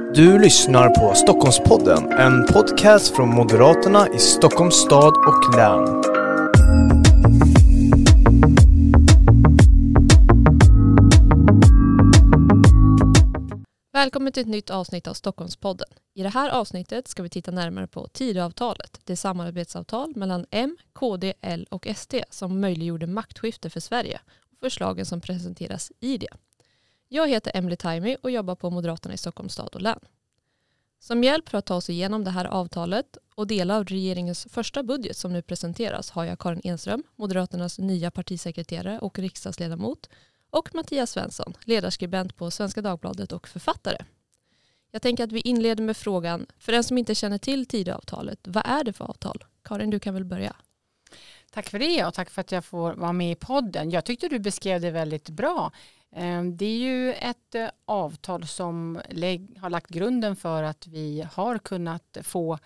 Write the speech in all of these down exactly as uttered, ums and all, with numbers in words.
Du lyssnar på Stockholmspodden, en podcast från Moderaterna i Stockholms stad och län. Välkommen till ett nytt avsnitt av Stockholmspodden. I det här avsnittet ska vi titta närmare på Tidöavtalet, det samarbetsavtal mellan M, K D, L och S D som möjliggjorde maktskifte för Sverige och förslagen som presenteras i det. Jag heter Emily Taimi och jobbar på Moderaterna i Stockholms stad och län. Som hjälp för att ta oss igenom det här avtalet och dela av regeringens första budget som nu presenteras har jag Karin Enström, Moderaternas nya partisekreterare och riksdagsledamot, och Mattias Svensson, ledarskribent på Svenska Dagbladet och författare. Jag tänker att vi inleder med frågan, för den som inte känner till Tidöavtalet, vad är det för avtal? Karin, du kan väl börja. Tack för det och tack för att jag får vara med i podden. Jag tyckte du beskrev det väldigt bra. Det är ju ett avtal som har lagt grunden för att vi har kunnat få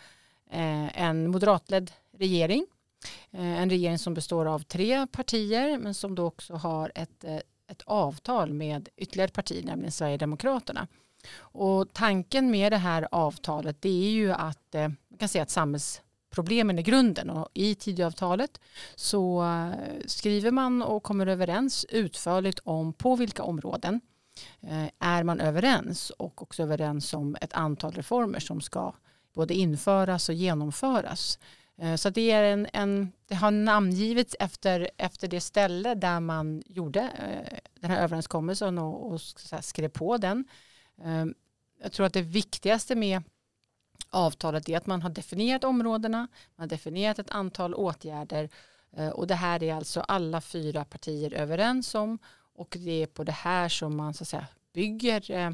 en moderatledd regering. En regering som består av tre partier men som då också har ett, ett avtal med ytterligare ett parti, nämligen Sverigedemokraterna. Och tanken med det här avtalet det är ju att man kan säga att samhällsproblemen är grunden, och i Tidöavtalet så skriver man och kommer överens utförligt om på vilka områden är man överens, och också överens om ett antal reformer som ska både införas och genomföras. Så det, är en, en, det har namngivits efter, efter det ställe där man gjorde eh, den här överenskommelsen och, och så här, skrev på den. Eh, jag tror att det viktigaste med avtalet är att man har definierat områdena, man har definierat ett antal åtgärder eh, och det här är alltså alla fyra partier överens om, och det är på det här som man så att säga, bygger eh,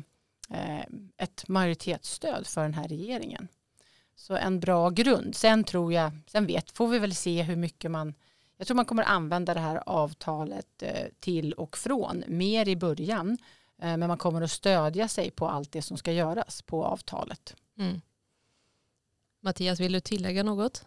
ett majoritetsstöd för den här regeringen. Så en bra grund. Sen tror jag, sen vet, får vi väl se hur mycket man, jag tror man kommer använda det här avtalet eh, till och från mer i början. Eh, men man kommer att stödja sig på allt det som ska göras på avtalet. Mm. Mattias, vill du tillägga något?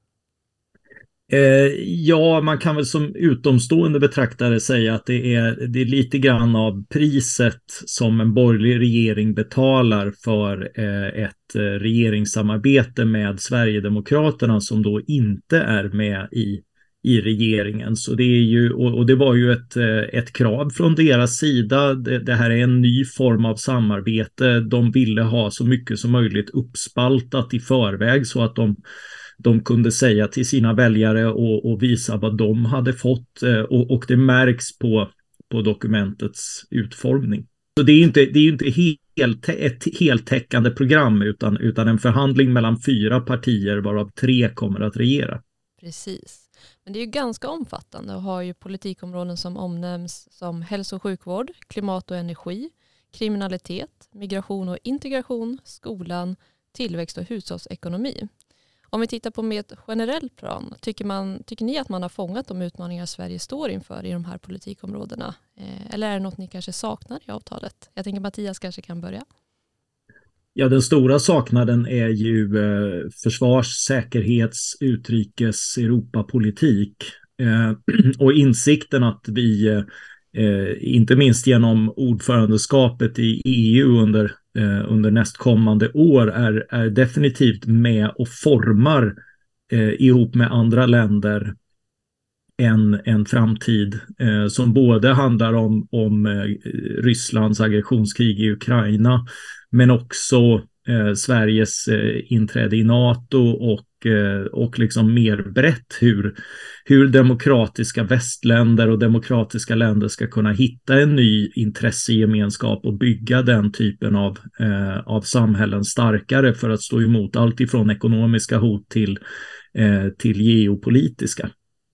Eh, ja, man kan väl som utomstående betraktare säga att det är, det är lite grann av priset som en borgerlig regering betalar för eh, ett eh, regeringssamarbete med Sverigedemokraterna som då inte är med i, i regeringen. Så det är ju, och, och det var ju ett, eh, ett krav från deras sida. Det, det här är en ny form av samarbete. De ville ha så mycket som möjligt uppspaltat i förväg så att de De kunde säga till sina väljare och, och visa vad de hade fått, och, och det märks på, på dokumentets utformning. Så det är inte, det är inte helt, ett heltäckande program utan, utan en förhandling mellan fyra partier varav tre kommer att regera. Precis. Men det är ju ganska omfattande och har ju politikområden som omnämns som hälso- och sjukvård, klimat och energi, kriminalitet, migration och integration, skolan, tillväxt och hushållsekonomi. Om vi tittar på med ett generellt plan, tycker, man, tycker ni att man har fångat de utmaningar Sverige står inför i de här politikområdena? Eh, eller är det något ni kanske saknar i avtalet? Jag tänker Mattias kanske kan börja. Ja, den stora saknaden är ju eh, försvars-, säkerhets-, utrikes-, Europapolitik. Eh, och insikten att vi, eh, inte minst genom ordförandeskapet i E U under Eh, under nästkommande år är, är definitivt med och formar eh, ihop med andra länder en, en framtid eh, som både handlar om, om eh, Rysslands aggressionskrig i Ukraina men också eh, Sveriges eh, inträde i NATO och, eh, och liksom mer brett hur, hur demokratiska västländer och demokratiska länder ska kunna hitta en ny intressegemenskap och bygga den typen av, eh, av samhällen starkare för att stå emot allt ifrån ekonomiska hot till, eh, till geopolitiska.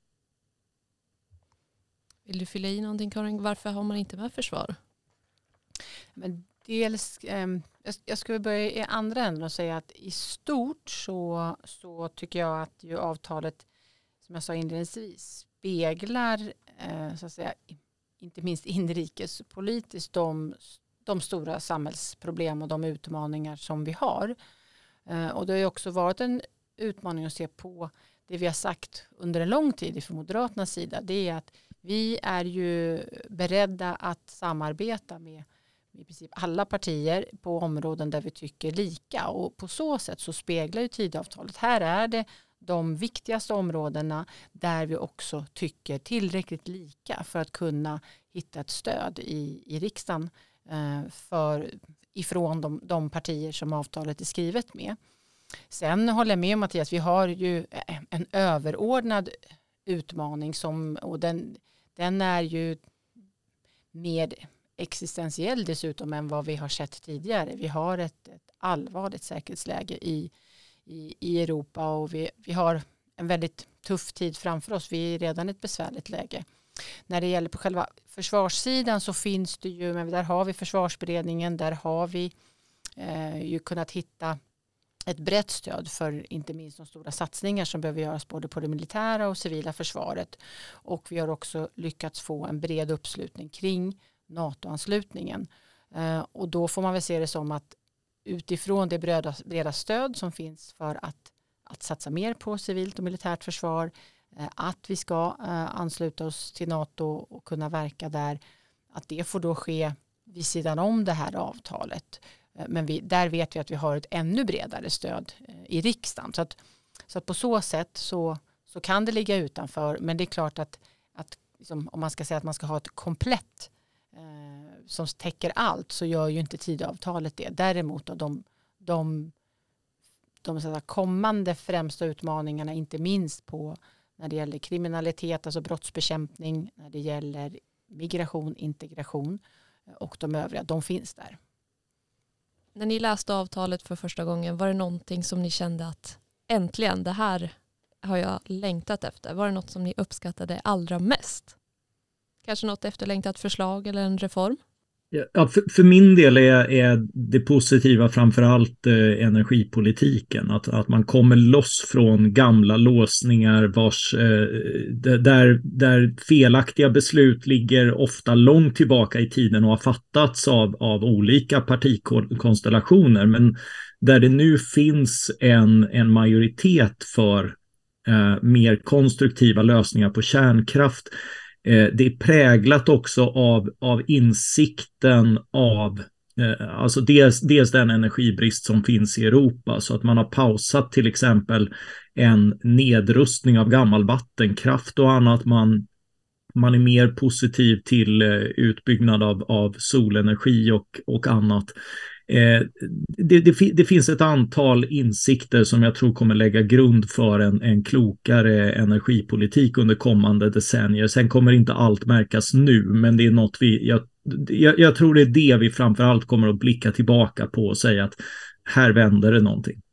Vill du fylla i någonting, Karin? Varför har man inte med försvar? Men dels, eh, jag skulle börja i andra änden och säga att i stort så, så tycker jag att ju avtalet, som jag sa inledningsvis, speglar eh, så att säga, inte minst inrikespolitiskt de, de stora samhällsproblem och de utmaningar som vi har. Eh, och det har ju också varit en utmaning att se på det vi har sagt under en lång tid från Moderaternas sida. Det är att vi är ju beredda att samarbeta med i princip alla partier på områden där vi tycker lika. Och på så sätt så speglar ju Tidöavtalet. Här är det de viktigaste områdena där vi också tycker tillräckligt lika för att kunna hitta ett stöd i, i riksdagen eh, för, ifrån de, de partier som avtalet är skrivet med. Sen håller jag med Mattias, vi har ju en överordnad utmaning som, och den, den är ju mer existentiell dessutom än vad vi har sett tidigare. Vi har ett, ett allvarligt säkerhetsläge i, i, i Europa och vi, vi har en väldigt tuff tid framför oss. Vi är redan i ett besvärligt läge. När det gäller på själva försvarssidan så finns det ju, men där har vi försvarsberedningen, där har vi eh, ju kunnat hitta ett brett stöd för inte minst de stora satsningar som behöver göras både på det militära och civila försvaret. Och vi har också lyckats få en bred uppslutning kring NATO-anslutningen. Eh, och då får man väl se det som att utifrån det breda, breda stöd som finns för att, att satsa mer på civilt och militärt försvar, eh, att vi ska eh, ansluta oss till NATO och kunna verka där, att det får då ske vid sidan om det här avtalet. Men vi, där vet vi att vi har ett ännu bredare stöd i riksdagen. Så att, så att på så sätt så, så kan det ligga utanför. Men det är klart att, att liksom, om man ska säga att man ska ha ett komplett eh, som täcker allt, så gör ju inte Tidöavtalet det. Däremot då, de, de, de så att kommande främsta utmaningarna, inte minst på när det gäller kriminalitet, alltså brottsbekämpning, när det gäller migration, integration och de övriga, de finns där. När ni läste avtalet för första gången, var det någonting som ni kände att äntligen, det här har jag längtat efter? Var det något som ni uppskattade allra mest? Kanske något efterlängtat förslag eller en reform? Ja, för, för min del är, är det positiva framförallt eh, energipolitiken. Att, att man kommer loss från gamla låsningar vars, eh, där, där felaktiga beslut ligger ofta långt tillbaka i tiden och har fattats av, av olika partikonstellationer. Men där det nu finns en, en majoritet för eh, mer konstruktiva lösningar på kärnkraft. Det är präglat också av, av insikten av eh, alltså dels, dels den energibrist som finns i Europa, så att man har pausat till exempel en nedrustning av gammal vattenkraft och annat. Man, man är mer positiv till eh, utbyggnad av, av solenergi och, och annat. Eh, det, det, det finns ett antal insikter som jag tror kommer lägga grund för en, en klokare energipolitik under kommande decennier. Sen kommer inte allt märkas nu, men det är något vi, jag, jag, jag tror det är det vi framförallt kommer att blicka tillbaka på och säga att här vänder det någonting.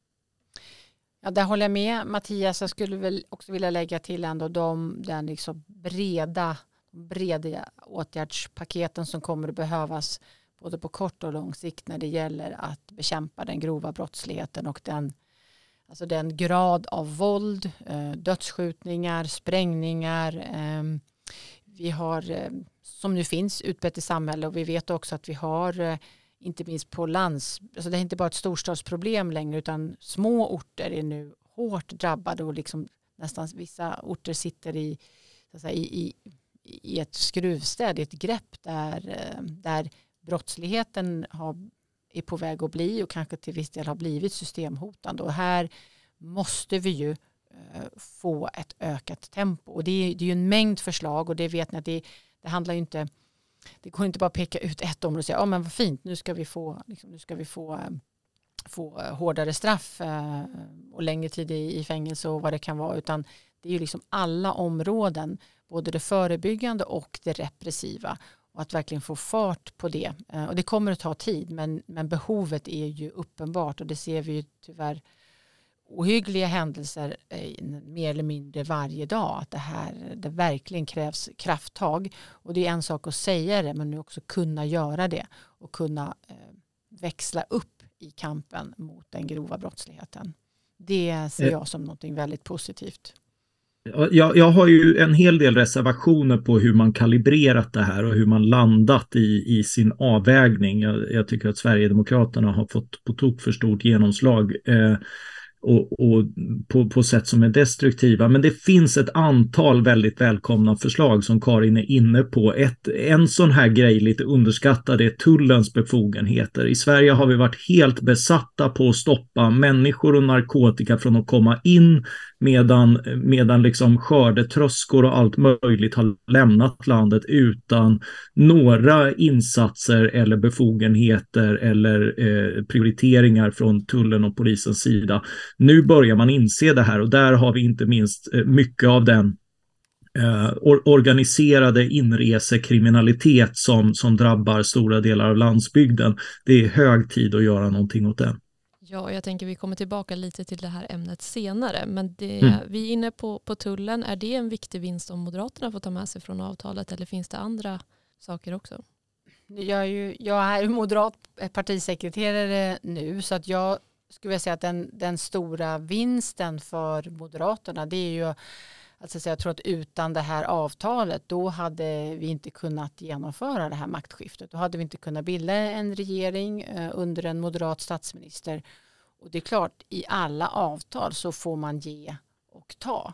Ja, där håller jag med Mattias. Jag skulle väl också vilja lägga till ändå de den liksom breda, breda åtgärdspaketen som kommer att behövas både på kort och lång sikt när det gäller att bekämpa den grova brottsligheten och den, alltså den grad av våld, eh, dödsskjutningar, sprängningar. Eh, vi har, eh, som nu finns utbrett i samhället, och vi vet också att vi har, eh, inte minst på lands, alltså det är inte bara ett storstadsproblem längre, utan små orter är nu hårt drabbade och liksom nästan vissa orter sitter i, så att säga, i, i, i ett skruvstäd, i ett grepp där, eh, där brottsligheten har, är på väg att bli och kanske till viss del har blivit systemhotande. Och här måste vi ju eh, få ett ökat tempo. Och det är, det är ju en mängd förslag, och det vet ni att det, det handlar ju inte, det går inte bara att peka ut ett område och säga, ja men vad fint, nu ska vi få, liksom, nu ska vi få, eh, få eh, hårdare straff eh, och längre tid i, i fängelse och vad det kan vara, utan det är ju liksom alla områden, både det förebyggande och det repressiva. Och att verkligen få fart på det. Och det kommer att ta tid, men, men behovet är ju uppenbart. Och det ser vi ju tyvärr ohyggliga händelser eh, mer eller mindre varje dag. Att det här, det verkligen krävs krafttag. Och det är en sak att säga det, men nu också kunna göra det. Och kunna eh, växla upp i kampen mot den grova brottsligheten. Det ser jag som något väldigt positivt. Jag, jag har ju en hel del reservationer på hur man kalibrerat det här och hur man landat i, i sin avvägning. Jag, jag tycker att Sverigedemokraterna har fått på tok för stort genomslag. Eh, och, och på, på sätt som är destruktiva. Men det finns ett antal väldigt välkomna förslag som Karin är inne på. Ett, en sån här grej lite underskattad är tullens befogenheter. I Sverige har vi varit helt besatta på att stoppa människor och narkotika från att komma in, medan, medan liksom skördetröskor och allt möjligt har lämnat landet utan några insatser eller befogenheter eller eh, prioriteringar från tullen och polisens sida. Nu börjar man inse det här, och där har vi inte minst eh, mycket av den eh, or- organiserade inresekriminalitet som, som drabbar stora delar av landsbygden. Det är hög tid att göra någonting åt den. Ja, jag tänker vi kommer tillbaka lite till det här ämnet senare. Men det, Mm. vi är inne på, på tullen. Är det en viktig vinst som Moderaterna får ta med sig från avtalet, eller finns det andra saker också? Jag är ju jag är moderat partisekreterare nu, så att jag skulle vilja säga att den, den stora vinsten för Moderaterna, det är ju alltså, jag tror att utan det här avtalet då hade vi inte kunnat genomföra det här maktskiftet. Då hade vi inte kunnat bilda en regering eh, under en moderat statsminister. Och det är klart, i alla avtal så får man ge och ta.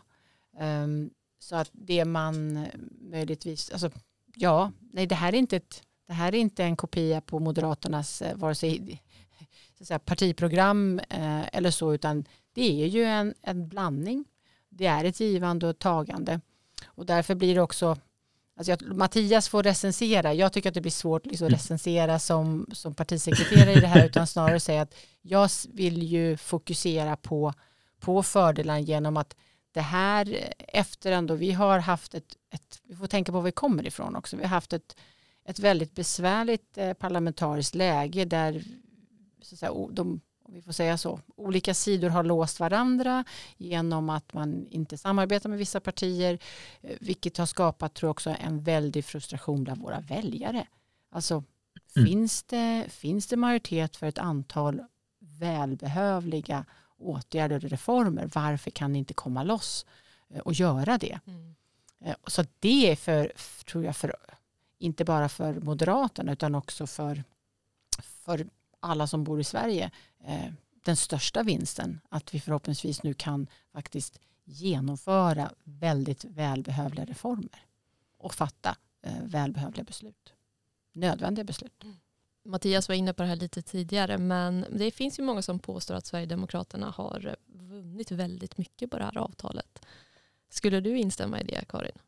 Um, så att det man möjligtvis, alltså ja, nej det här är inte ett, det här är inte en kopia på Moderaternas eh, vare sig så att säga, partiprogram eh, eller så, utan det är ju en, en blandning. Det är ett givande och tagande. Och därför blir det också, alltså jag, Mattias får recensera. Jag tycker att det blir svårt liksom, att recensera som, som partisekreterare i det här, utan snarare säga att jag vill ju fokusera på, på fördelarna genom att det här efter ändå, vi har haft ett, ett, vi får tänka på var vi kommer ifrån också. Vi har haft ett, ett väldigt besvärligt eh, parlamentariskt läge där så att säga, de, om vi får säga så, olika sidor har låst varandra genom att man inte samarbetar med vissa partier, vilket har skapat, tror jag, också en väldig frustration bland våra väljare. Alltså, mm. finns det, finns det majoritet för ett antal välbehövliga åtgärder och reformer? Varför kan ni inte komma loss och göra det? Mm. Så det är för, tror jag, för, inte bara för Moderaterna utan också för, för alla som bor i Sverige, eh, den största vinsten, att vi förhoppningsvis nu kan faktiskt genomföra väldigt välbehövliga reformer och fatta eh, välbehövliga beslut. Nödvändiga beslut. Mm. Mattias var inne på det här lite tidigare, men det finns ju många som påstår att Sverigedemokraterna har vunnit väldigt mycket på det här avtalet. Skulle du instämma i det, Karin?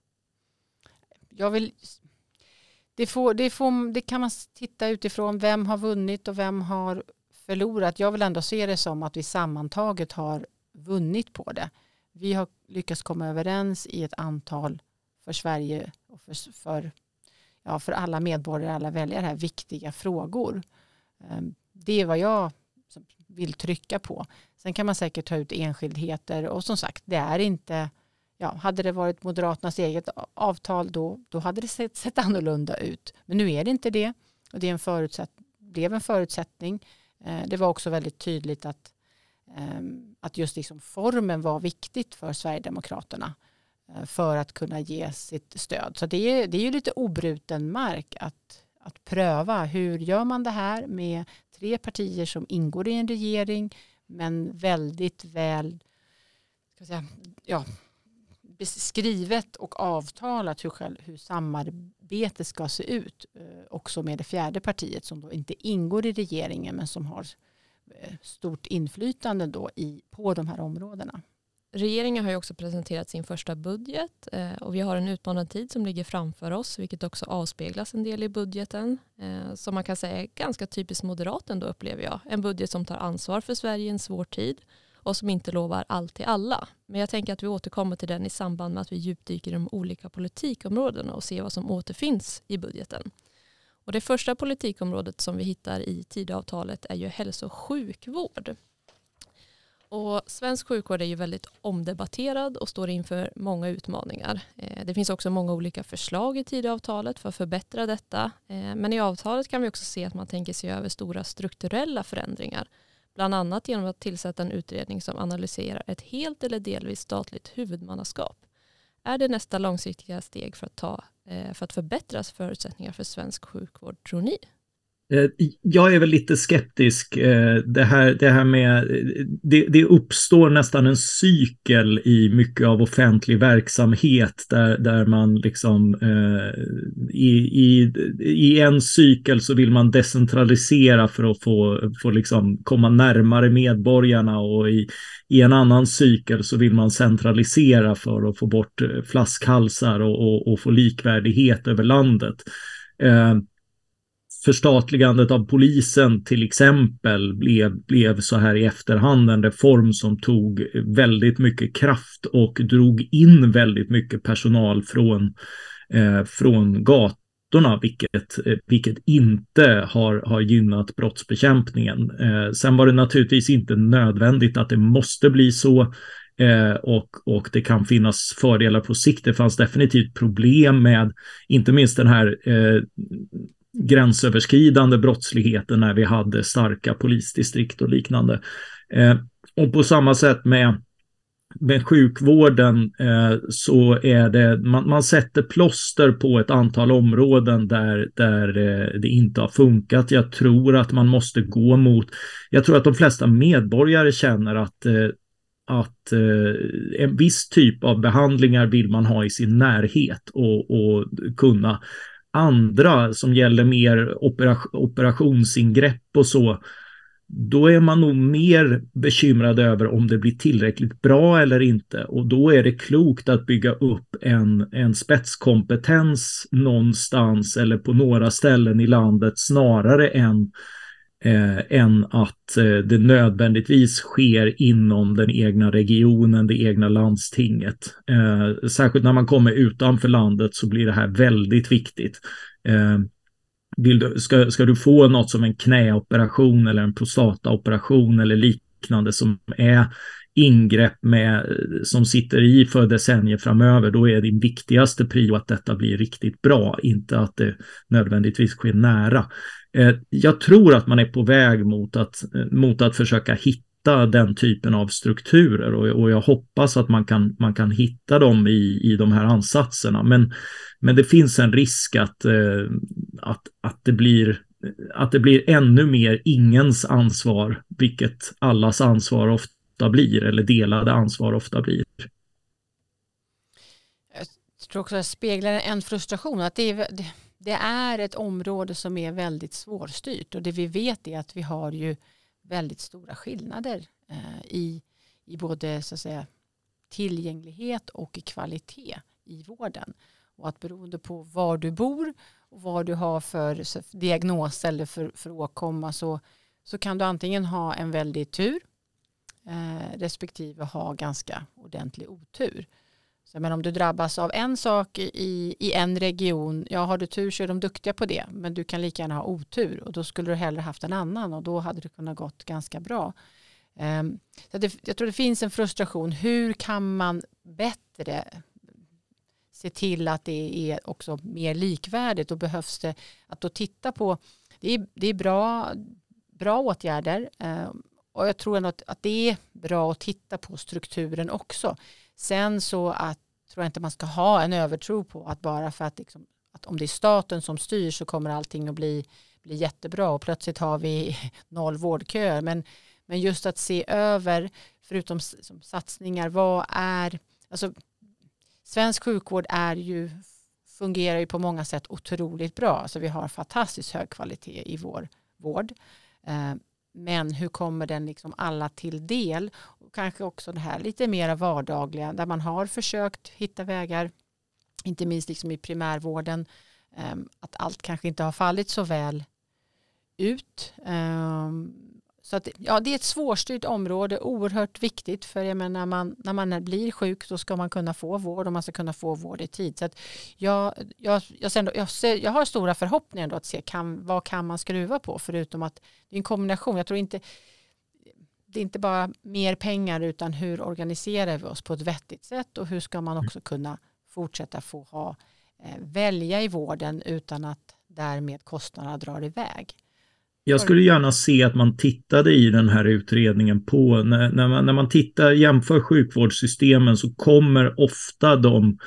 Jag vill... Det, får, det, får, det kan man titta utifrån vem har vunnit och vem har förlorat. Jag vill ändå se det som att vi sammantaget har vunnit på det. Vi har lyckats komma överens i ett antal för Sverige och för, för, ja, för alla medborgare, alla väljare här, viktiga frågor. Det är vad jag vill trycka på. Sen kan man säkert ta ut enskildheter och som sagt, det är inte... Ja, hade det varit Moderaternas eget avtal då, då hade det sett, sett annorlunda ut. Men nu är det inte det. Och det är en förutsätt, blev en förutsättning. Eh, det var också väldigt tydligt att, eh, att just liksom formen var viktigt för Sverigedemokraterna eh, för att kunna ge sitt stöd. Så det är, det är ju lite obruten mark att, att pröva. Hur gör man det här med tre partier som ingår i en regering men väldigt väl ska jag säga, ja, skrivet och avtalat hur, själv, hur samarbete ska se ut. Eh, också med det fjärde partiet som då inte ingår i regeringen men som har eh, stort inflytande då i, på de här områdena. Regeringen har ju också presenterat sin första budget eh, och vi har en utmanande tid som ligger framför oss, vilket också avspeglas en del i budgeten. Eh, som man kan säga är ganska typiskt Moderaten då, upplever jag. En budget som tar ansvar för Sverige i en svår tid och som inte lovar allt till alla. Men jag tänker att vi återkommer till den i samband med att vi djupdyker i de olika politikområdena och ser vad som återfinns i budgeten. Och det första politikområdet som vi hittar i Tidöavtalet är ju hälso- och sjukvård. Och svensk sjukvård är ju väldigt omdebatterad och står inför många utmaningar. Det finns också många olika förslag i Tidöavtalet för att förbättra detta. Men i avtalet kan vi också se att man tänker sig över stora strukturella förändringar. Bland annat genom att tillsätta en utredning som analyserar ett helt eller delvis statligt huvudmannaskap. Är det nästa långsiktiga steg för att, ta, för att förbättra förutsättningar för svensk sjukvård, tror ni? Jag är väl lite skeptisk. Det här, det här med det, det uppstår nästan en cykel i mycket av offentlig verksamhet där, där man liksom i, i, i en cykel så vill man decentralisera för att få, få liksom komma närmare medborgarna, och i, i en annan cykel så vill man centralisera för att få bort flaskhalsar och, och, och få likvärdighet över landet. Förstatligandet av polisen till exempel blev, blev så här i efterhand en reform som tog väldigt mycket kraft och drog in väldigt mycket personal från, eh, från gatorna, vilket, vilket inte har, har gynnat brottsbekämpningen. Eh, sen var det naturligtvis inte nödvändigt att det måste bli så. Eh, och, och det kan finnas fördelar på sikt. Det fanns definitivt problem med inte minst den här eh, gränsöverskridande brottsligheten när vi hade starka polisdistrikt och liknande. Eh, och på samma sätt med, med sjukvården eh, så är det, man, man sätter plåster på ett antal områden där, där eh, det inte har funkat. Jag tror att man måste gå mot, jag tror att de flesta medborgare känner att eh, att eh, en viss typ av behandlingar vill man ha i sin närhet och, och kunna. Andra som gäller mer operation, operationsingrepp och så, då är man nog mer bekymrad över om det blir tillräckligt bra eller inte, och då är det klokt att bygga upp en, en spetskompetens någonstans eller på några ställen i landet snarare än Eh, än att eh, det nödvändigtvis sker inom den egna regionen, det egna landstinget. Eh, särskilt när man kommer utanför landet så blir det här väldigt viktigt. Eh, vill du, ska, ska du få något som en knäoperation eller en prostataoperation eller liknande som är ingrepp med, som sitter i för decennier framöver, då är din viktigaste prio att detta blir riktigt bra, inte att det nödvändigtvis sker nära. Jag tror att man är på väg mot att, mot att försöka hitta den typen av strukturer, och, och jag hoppas att man kan, man kan hitta dem i, i de här ansatserna. Men, men det finns en risk att, att, att, det blir, att det blir ännu mer ingens ansvar, vilket allas ansvar ofta blir, eller delade ansvar ofta blir. Jag tror också att det speglar en frustration, att det är, det är ett område som är väldigt svårstyrt, och det vi vet är att vi har ju väldigt stora skillnader eh, i, i både så att säga, tillgänglighet och i kvalitet i vården, och att beroende på var du bor och vad du har för så, diagnos eller för, för åkomma, så, så kan du antingen ha en väldigt tur eh, respektive ha ganska ordentlig otur. Så, men om du drabbas av en sak i, i en region, ja, har du tur så är de duktiga på det, men du kan lika gärna ha otur, och då skulle du hellre haft en annan, och då hade det kunnat gått ganska bra. Um, så det, jag tror det finns en frustration. Hur kan man bättre se till att det är också mer likvärdigt, och behövs det att då titta på, det är, det är bra, bra åtgärder, um, och jag tror ändå att, att det är bra att titta på strukturen också. Sen så att, tror jag inte man ska ha en övertro på att bara för att, liksom, att om det är staten som styr så kommer allting att bli, bli jättebra, och plötsligt har vi noll vårdköer. Men, men just att se över, förutom som satsningar, vad är, alltså svensk sjukvård är ju, fungerar ju på många sätt otroligt bra. Alltså vi har fantastiskt hög kvalitet i vår vård. Eh, Men hur kommer den liksom alla till del? Och kanske också det här lite mer vardagliga, där man har försökt hitta vägar, inte minst liksom i primärvården, att allt kanske inte har fallit så väl ut. Så att, ja, det är ett svårstyrt område, oerhört viktigt, för jag menar, när man, när man blir sjuk så ska man kunna få vård, och man ska kunna få vård i tid. Så att jag, jag, jag, ser, jag, ser, jag har stora förhoppningar då att se kan, vad kan man skruva på, förutom att det är en kombination. Jag tror inte det är inte bara mer pengar, utan hur organiserar vi oss på ett vettigt sätt, och hur ska man också kunna fortsätta få ha eh, välja i vården utan att därmed kostnaderna drar iväg. Jag skulle gärna se att man tittade i den här utredningen på, när, när, man, när man tittar, jämför sjukvårdssystemen, så kommer ofta de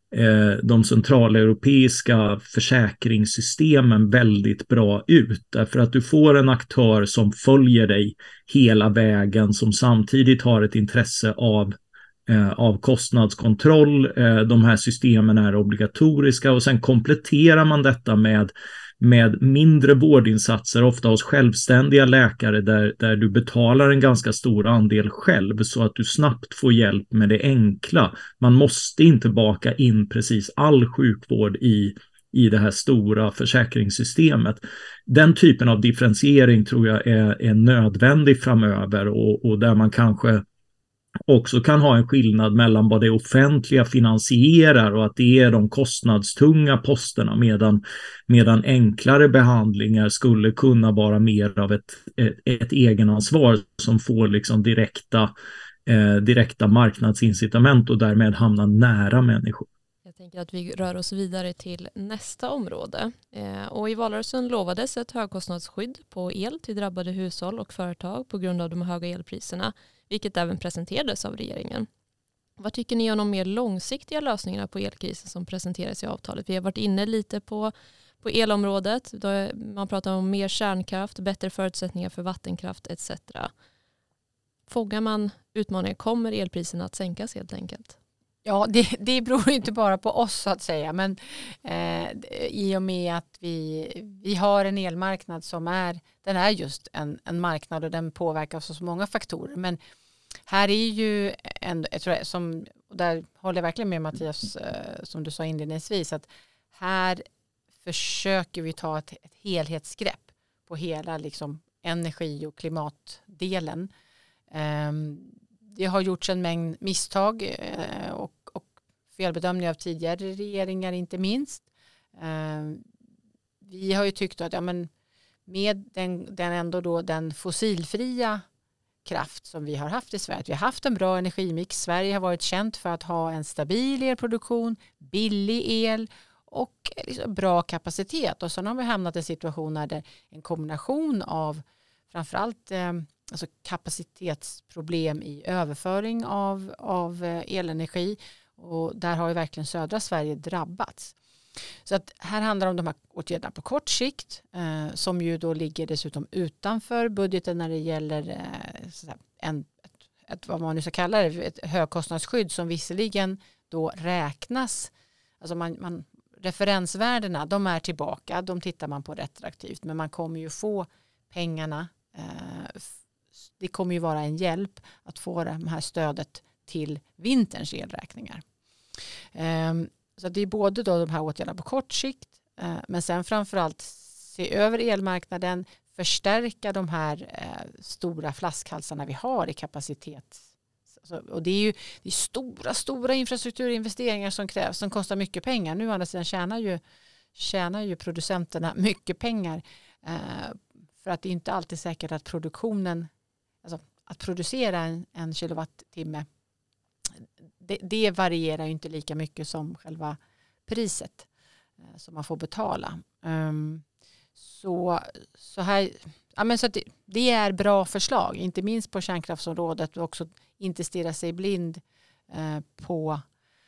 eh, de centraleuropeiska försäkringssystemen väldigt bra ut. Därför att du får en aktör som följer dig hela vägen, som samtidigt har ett intresse av Eh, av kostnadskontroll. Eh, de här systemen är obligatoriska och sen kompletterar man detta med, med mindre vårdinsatser, ofta hos självständiga läkare där, där du betalar en ganska stor andel själv så att du snabbt får hjälp med det enkla. Man måste inte baka in precis all sjukvård i, i det här stora försäkringssystemet. Den typen av differentiering tror jag är, är nödvändig framöver och, och där man kanske också kan ha en skillnad mellan vad det offentliga finansierar och att det är de kostnadstunga posterna, medan, medan enklare behandlingar skulle kunna vara mer av ett, ett, ett egenansvar som får liksom direkta, eh, direkta marknadsincitament och därmed hamna nära människor. Jag tänker att vi rör oss vidare till nästa område. Eh, och i valrörelsen lovades ett högkostnadsskydd på el till drabbade hushåll och företag på grund av de höga elpriserna, vilket även presenterades av regeringen. Vad tycker ni om de mer långsiktiga lösningarna på elkrisen som presenteras i avtalet? Vi har varit inne lite på, på elområdet. Då man pratar om mer kärnkraft, bättre förutsättningar för vattenkraft et cetera. Fångar man utmaningar, kommer elpriserna att sänkas helt enkelt? Ja, det, det beror inte bara på oss så att säga, men eh, i och med att vi, vi har en elmarknad som är, den är just en, en marknad och den påverkas av så många faktorer. Men här är ju, en, jag tror, som, där håller jag verkligen med Mattias, eh, som du sa inledningsvis, att här försöker vi ta ett, ett helhetsgrepp på hela liksom, energi- och klimatdelen. Eh, Det har gjorts en mängd misstag eh, och, och felbedömningar av tidigare regeringar inte minst. Eh, vi har ju tyckt att ja, men med den, den, ändå då, den fossilfria kraft som vi har haft i Sverige, vi har haft en bra energimix. Sverige har varit känt för att ha en stabil elproduktion, billig el och liksom bra kapacitet. Och så har vi hamnat i situationer där en kombination av framförallt eh, alltså kapacitetsproblem i överföring av, av elenergi, och där har ju verkligen södra Sverige drabbats. Så att här handlar det om de här åtgärderna på kort sikt eh, som ju då ligger dessutom utanför budgeten när det gäller eh, så här, en, ett, ett, vad man nu ska kalla det, ett högkostnadsskydd som visserligen då räknas, alltså man, man, referensvärdena de är tillbaka, de tittar man på retroaktivt, men man kommer ju få pengarna. Eh, det kommer ju vara en hjälp att få det här stödet till vinterns elräkningar. Eh, så det är både då de här åtgärderna på kort sikt, eh, men sen framförallt se över elmarknaden, förstärka de här eh, stora flaskhalsarna vi har i kapacitet. Så, och det är ju det är stora, stora infrastrukturinvesteringar som krävs, som kostar mycket pengar. Nu andra sidan tjänar ju, tjänar ju producenterna mycket pengar. Eh, för att det är inte alltid säkert att produktionen, alltså att producera en, en kilowattimme, det, det varierar ju inte lika mycket som själva priset eh, som man får betala. Um, så, så här, ja, men så att det, det är bra förslag, inte minst på kärnkraftsområdet, och också inte stirra sig blind eh, på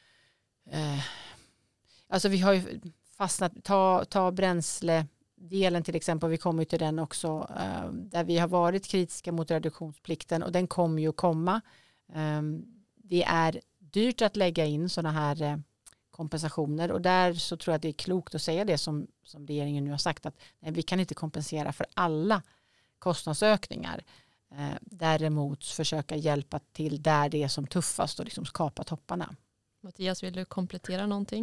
eh, alltså vi har ju fastnat, ta, ta bränsle delen till exempel, vi kommer till den också, eh, där vi har varit kritiska mot reduktionsplikten, och den kommer ju att komma. Eh, det är dyrt att lägga in sådana här eh, kompensationer, och där så tror jag att det är klokt att säga det som, som regeringen nu har sagt, att nej, vi kan inte kompensera för alla kostnadsökningar. Eh, däremot försöka hjälpa till där det är som tuffast och liksom skapa topparna. Mattias, vill du komplettera någonting?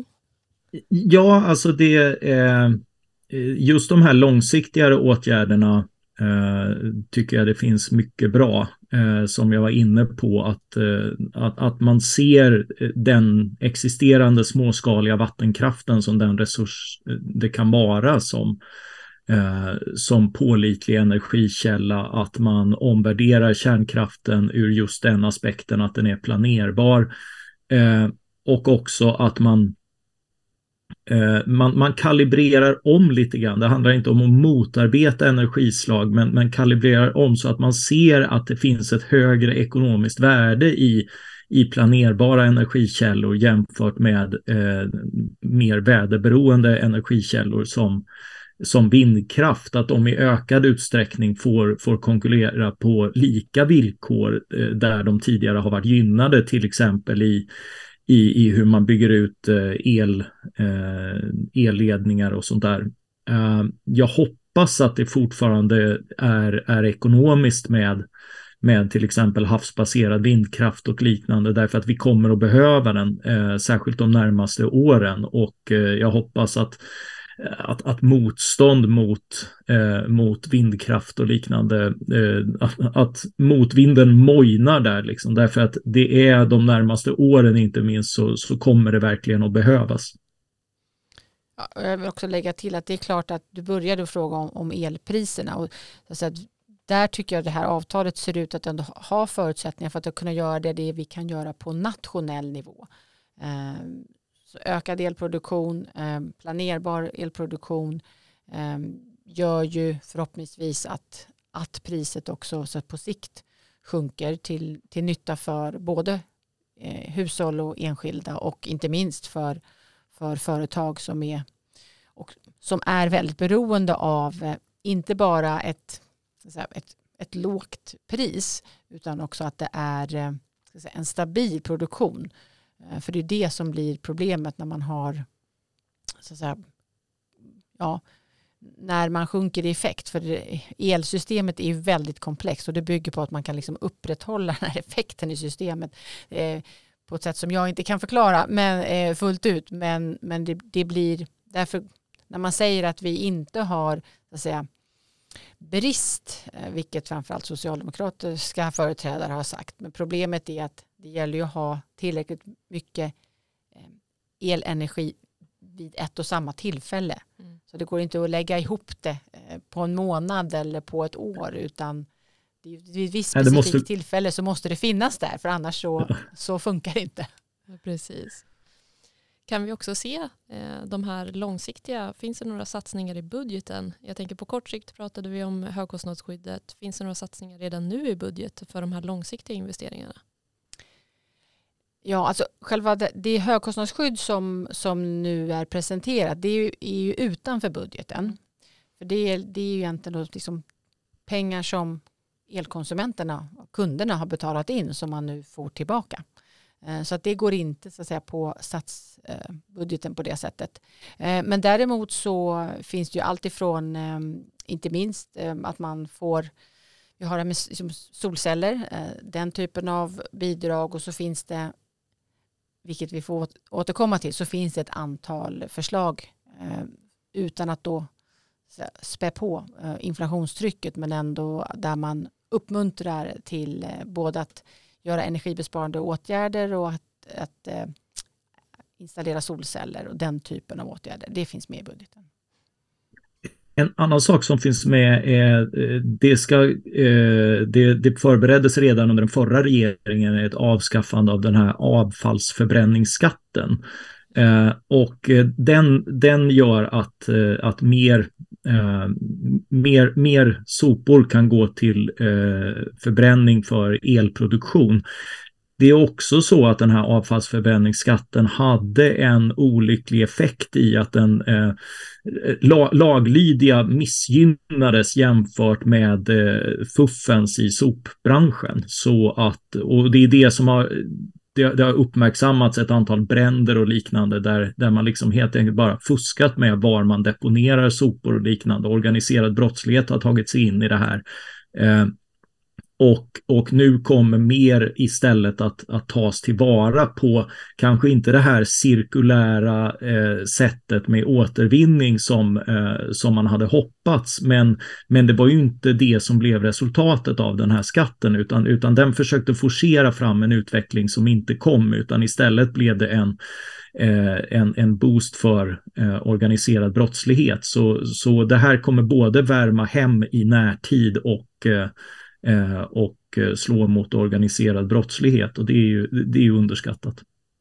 Ja, alltså det är... Just de här långsiktigare åtgärderna eh, tycker jag det finns mycket bra eh, som jag var inne på, att, eh, att, att man ser den existerande småskaliga vattenkraften som den resurs det kan vara som, eh, som pålitlig energikälla, att man omvärderar kärnkraften ur just den aspekten att den är planerbar, eh, och också att man Man, man kalibrerar om lite grann. Det handlar inte om att motarbeta energislag, men man kalibrerar om så att man ser att det finns ett högre ekonomiskt värde i, i planerbara energikällor jämfört med eh, mer väderberoende energikällor som, som vindkraft, att de i ökad utsträckning får, får konkurrera på lika villkor eh, där de tidigare har varit gynnade, till exempel i I, i hur man bygger ut el, eh, elledningar och sånt där. Eh, jag hoppas att det fortfarande är, är ekonomiskt med, med till exempel havsbaserad vindkraft och liknande, därför att vi kommer att behöva den, eh, särskilt de närmaste åren, och eh, jag hoppas att Att, att motstånd mot, eh, mot vindkraft och liknande, eh, att, att motvinden mojnar där liksom, därför att det är de närmaste åren inte minst, så, så kommer det verkligen att behövas. Ja, jag vill också lägga till att det är klart att du började fråga om, om elpriserna, och så att där tycker jag det här avtalet ser ut att ändå ha förutsättningar för att kunna göra det, det vi kan göra på nationell nivå. Eh, Så ökad elproduktion, eh, planerbar elproduktion eh, gör ju förhoppningsvis att, att priset också så på sikt sjunker till, till nytta för både eh, hushåll och enskilda, och inte minst för, för företag som är, och, som är väldigt beroende av eh, inte bara ett, så att säga, ett, ett lågt pris, utan också att det är eh, så att säga, en stabil produktion. För det är det som blir problemet när man har, så att säga, ja, när man sjunker i effekt. För det, elsystemet är ju väldigt komplext, och det bygger på att man kan liksom upprätthålla den här effekten i systemet eh, på ett sätt som jag inte kan förklara men, eh, fullt ut. Men, men det, det blir därför, när man säger att vi inte har, så att säga, brist, eh, vilket framförallt socialdemokratiska företrädare har sagt. Men problemet är att det gäller ju att ha tillräckligt mycket eh, elenergi vid ett och samma tillfälle. Mm. Så det går inte att lägga ihop det eh, på en månad eller på ett år, utan det är, vid ett visst specifikt Nej, måste... tillfälle så måste det finnas där, för annars så, ja. så funkar det inte. Ja, precis. Kan vi också se eh, de här långsiktiga, finns det några satsningar i budgeten? Jag tänker på kort sikt pratade vi om högkostnadsskyddet. Finns det några satsningar redan nu i budget för de här långsiktiga investeringarna? Ja, alltså själva det, det högkostnadsskydd som, som nu är presenterat, det är ju, är ju utanför budgeten. För det är, det är ju egentligen då liksom pengar som elkonsumenterna, kunderna har betalat in, som man nu får tillbaka. Så att det går inte, så att säga, på statsbudgeten på det sättet. Men däremot så finns det ju allt ifrån, inte minst att man får, vi har det med solceller, den typen av bidrag, och så finns det, vilket vi får återkomma till, så finns det ett antal förslag utan att då spä på inflationstrycket, men ändå där man uppmuntrar till både att göra energibesparande åtgärder och att, att eh, installera solceller och den typen av åtgärder. Det finns med i budgeten. En annan sak som finns med är det ska eh, det, det förbereddes redan under den förra regeringen ett avskaffande av den här avfallsförbränningsskatten. Eh, och den, den gör att, att mer, eh, mer, mer sopor kan gå till eh, förbränning för elproduktion. Det är också så att den här avfallsförbränningsskatten hade en olycklig effekt i att den eh, la, laglydiga missgynnades jämfört med eh, fuffens i sopbranschen. Så att, och det är det som har Det, det har uppmärksammats ett antal bränder och liknande där, där man liksom helt enkelt bara fuskat med var man deponerar sopor och liknande. Organiserad brottslighet har tagit sig in i det här. Eh, och, och nu kommer mer istället att, att tas tillvara på kanske inte det här cirkulära eh, sättet med återvinning som, eh, som man hade hoppats, men, men det var ju inte det som blev resultatet av den här skatten, utan, utan den försökte forcera fram en utveckling som inte kom, utan istället blev det en Eh, en, en boost för eh, organiserad brottslighet. Så, så det här kommer både värma hem i närtid och, eh, och slå mot organiserad brottslighet, och det är ju, det är ju underskattat.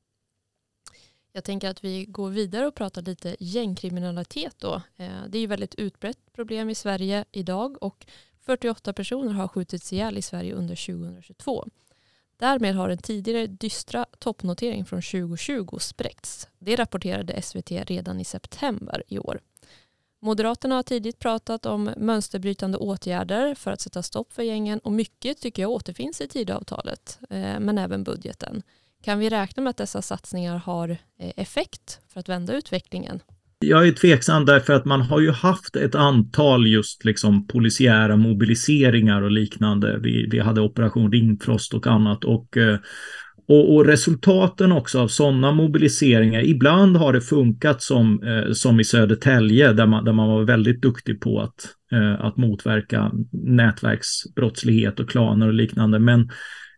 Jag tänker att vi går vidare och pratar lite gängkriminalitet då. Eh, det är ju väldigt utbrett problem i Sverige idag, och fyrtioåtta personer har skjutits ihjäl i Sverige under tjugohundratjugotvå. Därmed har en tidigare dystra toppnotering från tjugo tjugo spräckts. Det rapporterade S V T redan i september i år. Moderaterna har tidigt pratat om mönsterbrytande åtgärder för att sätta stopp för gängen och mycket tycker jag återfinns i Tidöavtalet, eh, men även budgeten. Kan vi räkna med att dessa satsningar har eh, effekt för att vända utvecklingen? Jag är tveksam därför att man har ju haft ett antal just liksom polisiära mobiliseringar och liknande. Vi, vi hade Operation Rimfrost och annat och, och, och resultaten också av sådana mobiliseringar. Ibland har det funkat som, som i Södertälje där man, där man var väldigt duktig på att, att motverka nätverksbrottslighet och klaner och liknande. Men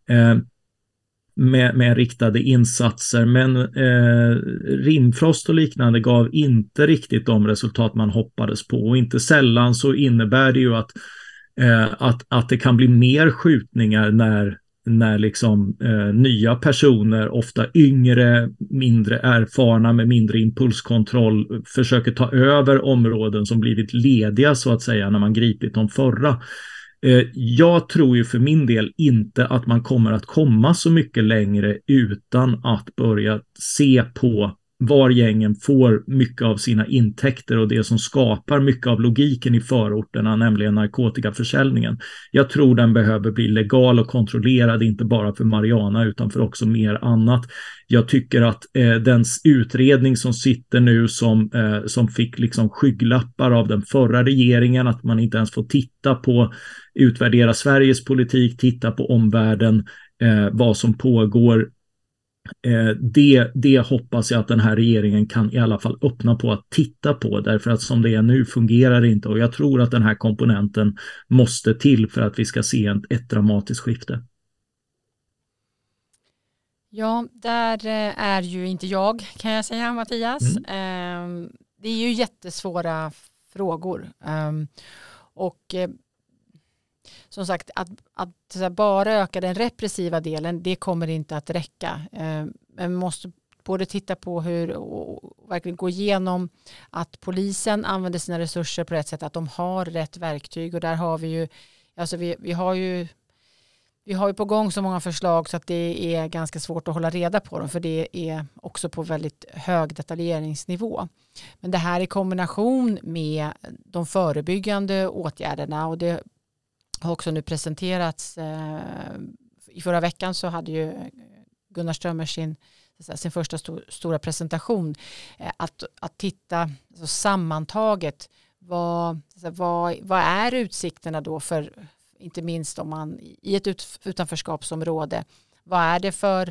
Med, med riktade insatser, men eh, Rimfrost och liknande gav inte riktigt de resultat man hoppades på och inte sällan så innebär det ju att, eh, att, att det kan bli mer skjutningar när, när liksom eh, nya personer, ofta yngre, mindre erfarna med mindre impulskontroll försöker ta över områden som blivit lediga så att säga när man gripit de förra. Jag tror ju för min del inte att man kommer att komma så mycket längre utan att börja se på var gängen får mycket av sina intäkter och det som skapar mycket av logiken i förorterna, nämligen narkotikaförsäljningen. Jag tror den behöver bli legal och kontrollerad, inte bara för marijuana utan för också mer annat. Jag tycker att eh, den utredning som sitter nu som, eh, som fick liksom skygglappar av den förra regeringen, att man inte ens får titta på, utvärdera Sveriges politik, titta på omvärlden, eh, vad som pågår. Eh, det, det hoppas jag att den här regeringen kan i alla fall öppna på att titta på, därför att som det är nu fungerar det inte och jag tror att den här komponenten måste till för att vi ska se ett, ett dramatiskt skifte. Ja, där är ju inte jag kan jag säga, Mattias. Mm. Det är ju jättesvåra frågor och som sagt, att, att bara öka den repressiva delen, det kommer inte att räcka. Man måste både titta på hur och verkligen gå igenom att polisen använder sina resurser på rätt sätt, att de har rätt verktyg och där har vi ju, alltså vi, vi har ju vi har ju på gång så många förslag så att det är ganska svårt att hålla reda på dem för det är också på väldigt hög detaljeringsnivå. Men det här i kombination med de förebyggande åtgärderna och det har också nu presenterats eh, i förra veckan så hade ju Gunnar Strömmer sin, sin första stor, stora presentation eh, att, att titta alltså, sammantaget vad, alltså, vad, vad är utsikterna då för inte minst om man i ett ut, utanförskapsområde, vad är det för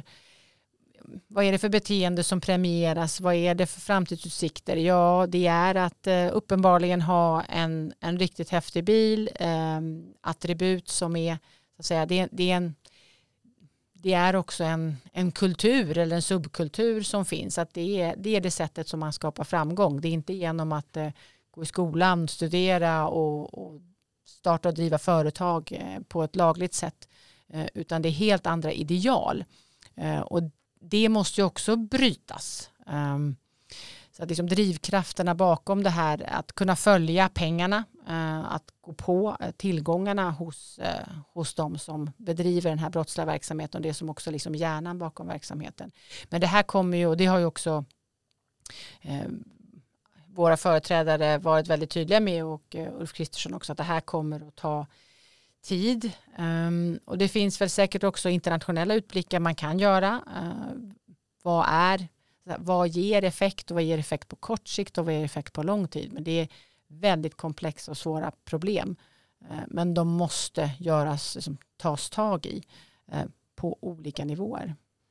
vad är det för beteende som premieras? Vad är det för framtidsutsikter? Ja, det är att eh, uppenbarligen ha en, en riktigt häftig bil, eh, attribut som är, så att säga, det, det är en det är också en, en kultur eller en subkultur som finns. Att det är, det är det sättet som man skapar framgång. Det är inte genom att eh, gå i skolan, studera och, och starta och driva företag eh, på ett lagligt sätt. Eh, utan det är helt andra ideal. Eh, och det måste ju också brytas. Um, så att liksom drivkrafterna bakom det här, att kunna följa pengarna, uh, att gå på uh, tillgångarna hos, uh, hos de som bedriver den här brottsliga verksamheten och det som också liksom hjärnan bakom verksamheten. Men det här kommer ju, och det har ju också uh, våra företrädare varit väldigt tydliga med och uh, Ulf Kristersson också, att det här kommer att ta tid. Um, och det finns väl säkert också internationella utblickar man kan göra. Uh, vad är, vad ger effekt och vad ger effekt på kort sikt och vad ger effekt på lång tid. Men det är väldigt komplexa och svåra problem. Uh, men de måste göras, liksom, tas tag i uh, på olika nivåer.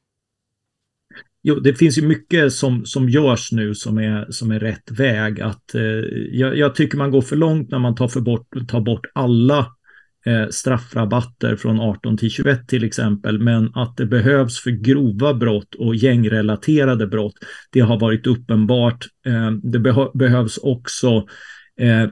Jo, det finns ju mycket som, som görs nu som är, som är rätt väg. Att, eh, jag, jag tycker man går för långt när man tar, för bort, tar bort alla Eh, straffrabatter från arton till tjugoett till exempel, men att det behövs för grova brott och gängrelaterade brott, det har varit uppenbart. Eh, det beh- behövs också eh,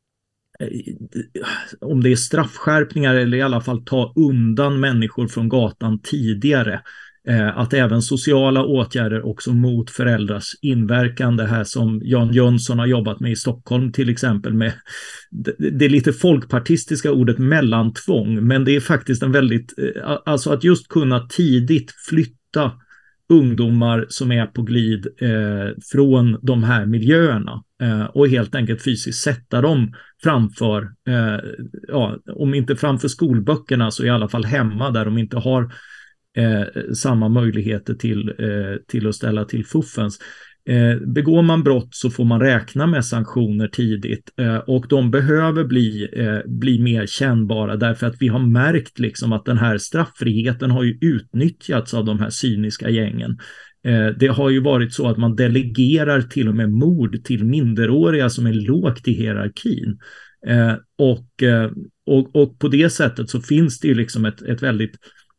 om det är straffskärpningar eller i alla fall ta undan människor från gatan tidigare. Eh, att även sociala åtgärder också mot föräldrars inverkan, det här som Jan Jönsson har jobbat med i Stockholm till exempel, med det, det är lite folkpartistiska ordet mellantvång, men det är faktiskt en väldigt, eh, alltså att just kunna tidigt flytta ungdomar som är på glid eh, från de här miljöerna eh, och helt enkelt fysiskt sätta dem framför, eh, ja, om inte framför skolböckerna så i alla fall hemma där de inte har eh, samma möjligheter till, eh, till att ställa till fuffens. Eh, begår man brott så får man räkna med sanktioner tidigt eh, och de behöver bli, eh, bli mer kännbara, därför att vi har märkt liksom att den här straffriheten har ju utnyttjats av de här cyniska gängen. Eh, det har ju varit så att man delegerar till och med mord till minderåriga som är lågt i hierarkin. Eh, och, eh, och, och på det sättet så finns det ju liksom ett, ett väldigt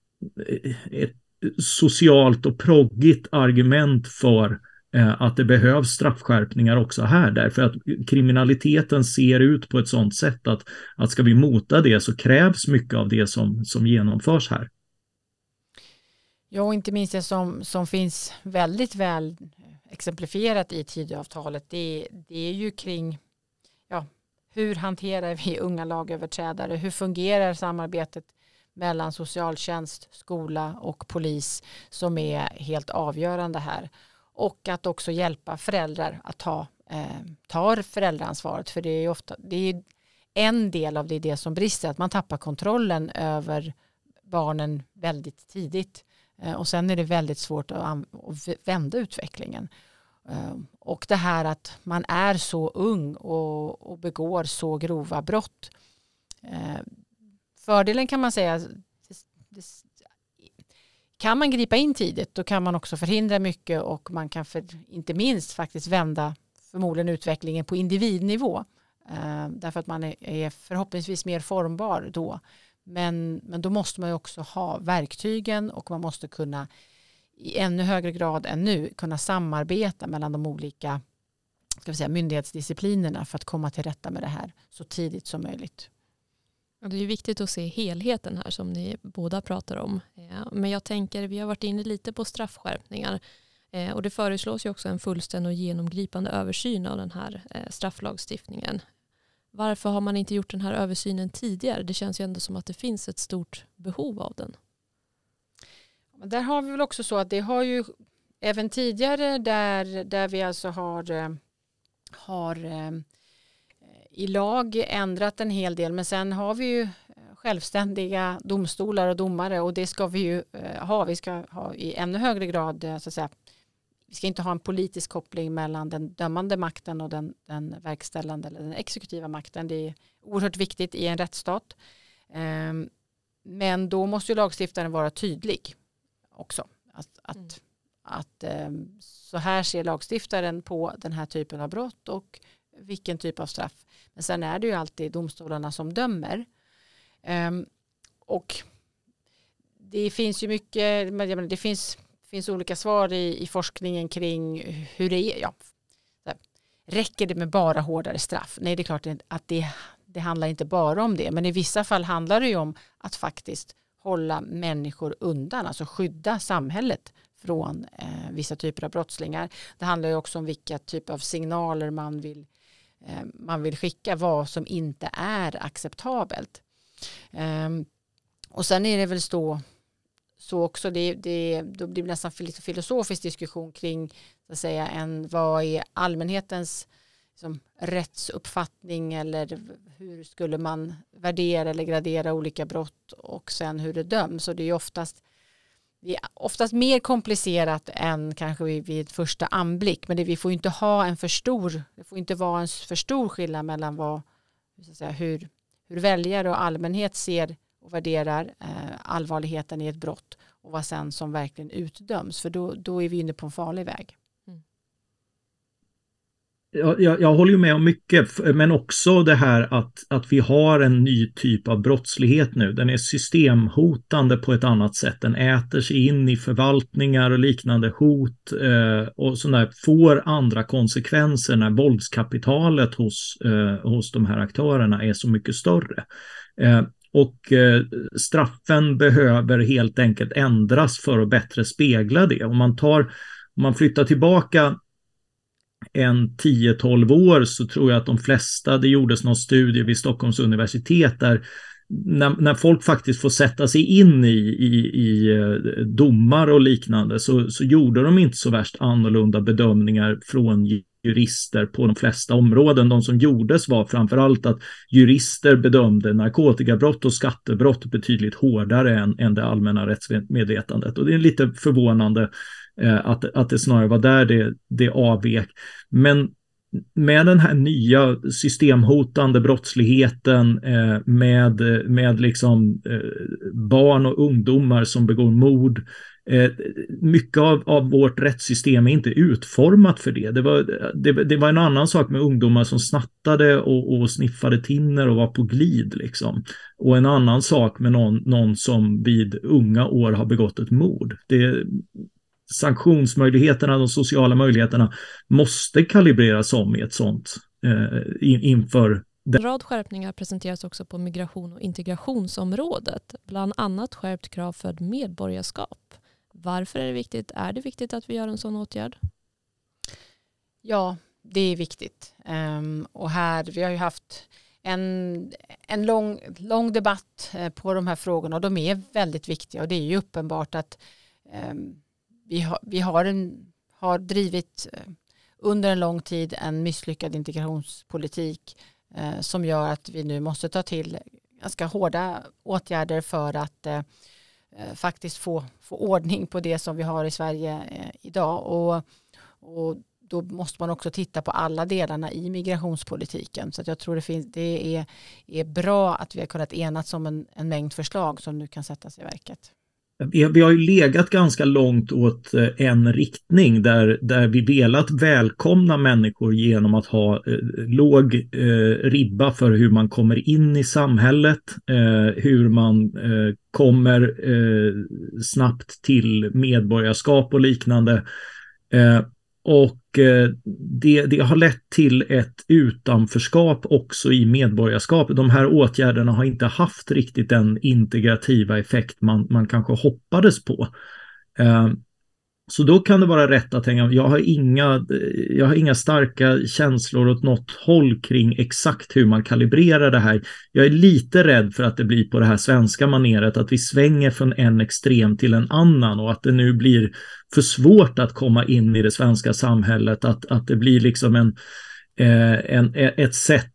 ett socialt och proggigt argument för att det behövs straffskärpningar också här, därför att kriminaliteten ser ut på ett sådant sätt att, att ska vi mota det så krävs mycket av det som, som genomförs här. Ja, och inte minst det som, som finns väldigt väl exemplifierat i Tidöavtalet, det, det är ju kring ja, hur hanterar vi unga lagöverträdare, hur fungerar samarbetet mellan socialtjänst, skola och polis som är helt avgörande här. Och att också hjälpa föräldrar att ta, eh, ta föräldraansvaret. För det är ofta det är en del av det, det som brister. Att man tappar kontrollen över barnen väldigt tidigt. Eh, och sen är det väldigt svårt att, att vända utvecklingen. Eh, och det här att man är så ung och, och begår så grova brott. Eh, fördelen kan man säga... Det, det, Kan man gripa in tidigt, då kan man också förhindra mycket och man kan för, inte minst faktiskt vända förmodligen utvecklingen på individnivå. Eh, därför att man är, är förhoppningsvis mer formbar då. Men, men då måste man ju också ha verktygen och man måste kunna i ännu högre grad än nu kunna samarbeta mellan de olika ska vi säga, myndighetsdisciplinerna för att komma till rätta med det här så tidigt som möjligt. Ja, det är ju viktigt att se helheten här som ni båda pratar om. Men jag tänker, vi har varit inne lite på straffskärpningar och det föreslås ju också en fullständig och genomgripande översyn av den här strafflagstiftningen. Varför har man inte gjort den här översynen tidigare? Det känns ju ändå som att det finns ett stort behov av den. Där har vi väl också så att det har ju även tidigare där, där vi alltså har, har i lag ändrat en hel del, men sen har vi ju självständiga domstolar och domare och det ska vi ju ha. Vi ska ha i ännu högre grad, så att säga, vi ska inte ha en politisk koppling mellan den dömande makten och den, den verkställande eller den exekutiva makten. Det är oerhört viktigt i en rättsstat. Men då måste ju lagstiftaren vara tydlig också. Att, att, mm. att så här ser lagstiftaren på den här typen av brott och vilken typ av straff. Men sen är det ju alltid domstolarna som dömer. Um, och det finns ju mycket, jag menar, det finns, finns olika svar i, i forskningen kring hur det är. Ja, räcker det med bara hårdare straff? Nej, det är klart att det, det handlar inte bara om det. Men i vissa fall handlar det ju om att faktiskt hålla människor undan, alltså skydda samhället från eh, vissa typer av brottslingar. Det handlar ju också om vilka typer av signaler man vill man vill skicka, vad som inte är acceptabelt. Um, och sen är det väl så, så också, det, det, då blir det nästan lite filosofisk diskussion kring så att säga, en, vad är allmänhetens liksom, rättsuppfattning eller hur skulle man värdera eller gradera olika brott och sen hur det döms. Och det är oftast Det är oftast mer komplicerat än kanske vid första anblick. Men det, vi får inte ha en för stor, det får inte vara en för stor skillnad mellan vad, så att säga, hur, hur väljare och allmänhet ser och värderar eh, allvarligheten i ett brott och vad sen som verkligen utdöms. För då, då är vi inne på en farlig väg. Jag, jag, jag håller ju med om mycket, men också det här att, att vi har en ny typ av brottslighet nu. Den är systemhotande på ett annat sätt. Den äter sig in i förvaltningar och liknande hot eh, och sådär, får andra konsekvenser när våldskapitalet hos, eh, hos de här aktörerna är så mycket större. Eh, och eh, straffen behöver helt enkelt ändras för att bättre spegla det. Om man tar, om man flyttar tillbaka en tio tolv år så tror jag att de flesta, det gjordes någon studie vid Stockholms universitet där när, när folk faktiskt får sätta sig in i, i, i domar och liknande så, så gjorde de inte så värst annorlunda bedömningar från jurister på de flesta områden. De som gjordes var framförallt att jurister bedömde narkotikabrott och skattebrott betydligt hårdare än, än det allmänna rättsmedvetandet. Och det är lite förvånande eh, att, att det snarare var där det, det avvek. Men med den här nya systemhotande brottsligheten eh, med, med liksom eh, barn och ungdomar som begår mord. Eh, mycket av, av vårt rättssystem är inte utformat för det. Det var, det, det var en annan sak med ungdomar som snattade och, och sniffade tinner och var på glid liksom. Och en annan sak med någon, någon som vid unga år har begått ett mord. Det sanktionsmöjligheterna, de sociala möjligheterna måste kalibreras om i ett sånt eh, in, inför. En rad skärpningar presenteras också på migration- och integrationsområdet, bland annat skärpt krav för medborgarskap. Varför är det viktigt? Är det viktigt att vi gör en sån åtgärd? Ja, det är viktigt. Um, och här, vi har ju haft en, en lång, lång debatt uh, på de här frågorna och de är väldigt viktiga och det är ju uppenbart att um, vi, har, vi har, en, har drivit uh, under en lång tid en misslyckad integrationspolitik uh, som gör att vi nu måste ta till ganska hårda åtgärder för att uh, faktiskt få, få ordning på det som vi har i Sverige eh, idag. Och, och då måste man också titta på alla delarna i migrationspolitiken. Så att jag tror det, finns, det är, är bra att vi har kunnat enas om en, en mängd förslag som nu kan sättas i verket. Vi har ju legat ganska långt åt en riktning där, där vi velat välkomna människor genom att ha eh, låg eh, ribba för hur man kommer in i samhället, eh, hur man eh, kommer eh, snabbt till medborgarskap och liknande. Eh, och eh, det, det har lett till ett utanförskap också i medborgarskap. De här åtgärderna har inte haft riktigt den integrativa effekt man, man kanske hoppades på. Eh, så då kan det vara rätt att tänka, jag har inga, jag har inga starka känslor åt något håll kring exakt hur man kalibrerar det här. Jag är lite rädd för att det blir på det här svenska maneret, att vi svänger från en extrem till en annan och att det nu blir för svårt att komma in i det svenska samhället, att, att det blir liksom en En, ett sätt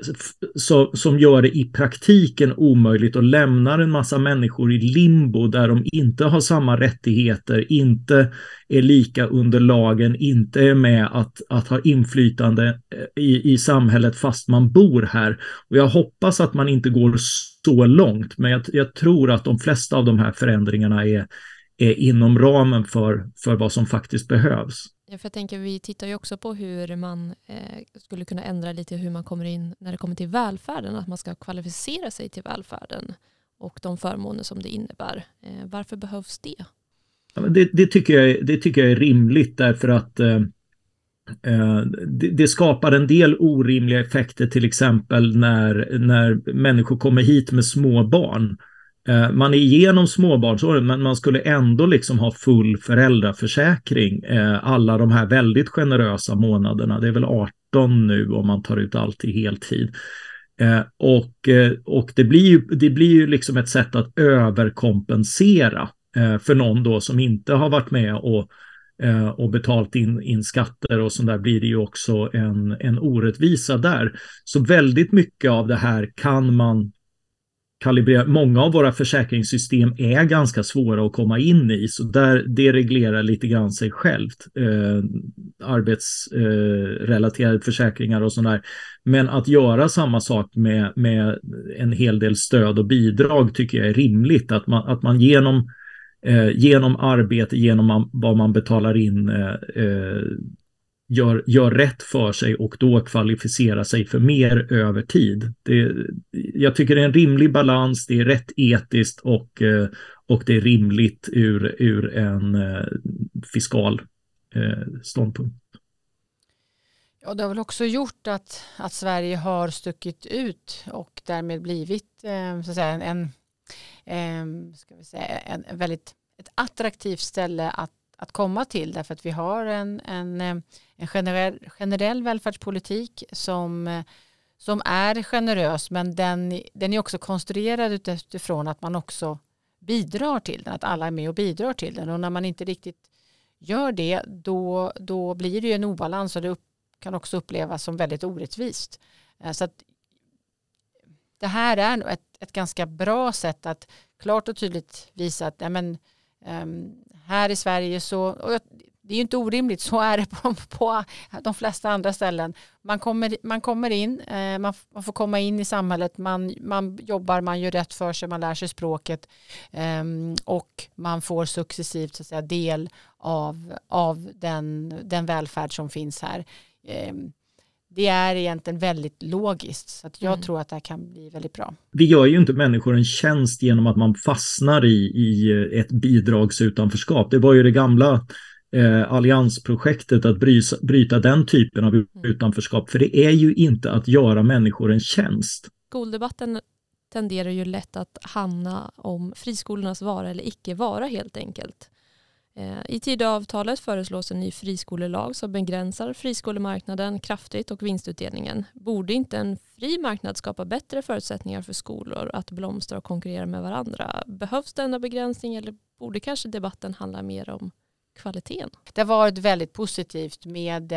så, som gör det i praktiken omöjligt och lämnar en massa människor i limbo där de inte har samma rättigheter, inte är lika under lagen, inte är med att, att ha inflytande i, i samhället fast man bor här. Och jag hoppas att man inte går så långt, men jag, jag tror att de flesta av de här förändringarna är, är inom ramen för, för vad som faktiskt behövs. Ja, för jag tänker, vi tittar ju också på hur man eh, skulle kunna ändra lite hur man kommer in när det kommer till välfärden, att man ska kvalificera sig till välfärden och de förmåner som det innebär. Eh, varför behövs det? Ja, det, det, tycker jag, det tycker jag är rimligt därför att eh, det, det skapar en del orimliga effekter, till exempel när, när människor kommer hit med små barn. Man är igenom småbarnsåren men man skulle ändå liksom ha full föräldraförsäkring alla de här väldigt generösa månaderna. Det är väl arton nu om man tar ut allt i heltid. Och, och det blir ju, det blir ju liksom ett sätt att överkompensera för någon då som inte har varit med och, och betalt in, in skatter och så där, blir det ju också en, en orättvisa där. Så väldigt mycket av det här kan man kalibrera. Många av våra försäkringssystem är ganska svåra att komma in i, så där det reglerar lite grann sig självt. Eh, arbetsrelaterade eh, försäkringar och sådär. Men att göra samma sak med, med en hel del stöd och bidrag tycker jag är rimligt. Att man, att man genom, eh, genom arbete, genom man, vad man betalar in eh, eh, Gör, gör rätt för sig och då kvalificera sig för mer över tid. Det, jag tycker det är en rimlig balans, det är rätt etiskt och, och det är rimligt ur, ur en fiskal ståndpunkt. Ja, det har väl också gjort att, att Sverige har stuckit ut och därmed blivit eh, så att säga, en, eh, ska vi säga, en, en väldigt ett attraktivt ställe att, att komma till, därför att vi har en, en, en generell, generell välfärdspolitik som, som är generös, men den, den är också konstruerad utifrån att man också bidrar till den, att alla är med och bidrar till den, och när man inte riktigt gör det, då, då blir det ju en obalans, och det upp, kan också upplevas som väldigt orättvist. Så att det här är ett, ett ganska bra sätt att klart och tydligt visa att ja, men, um, här i Sverige så, och det är ju inte orimligt, så är det på, på de flesta andra ställen. Man kommer, man kommer in, eh, man, man får komma in i samhället, man, man jobbar, man gör rätt för sig, man lär sig språket eh, och man får successivt så att säga, del av, av den, den välfärd som finns här. Eh, det är egentligen väldigt logiskt, så att jag mm. tror att det här kan bli väldigt bra. Vi gör ju inte människor en tjänst genom att man fastnar i, i ett bidragsutanförskap. Det var ju det gamla Eh, alliansprojektet att brysa, bryta den typen av utanförskap, för det är ju inte att göra människor en tjänst. Skoldebatten tenderar ju lätt att hamna om friskolornas vara eller icke vara helt enkelt. Eh, I Tidöavtalet föreslås en ny friskolelag som begränsar friskolemarknaden kraftigt och vinstutdelningen. Borde inte en fri marknad skapa bättre förutsättningar för skolor att blomstra och konkurrera med varandra? Behövs denna begränsning, eller borde kanske debatten handla mer om kvaliteten? Det har varit väldigt positivt med,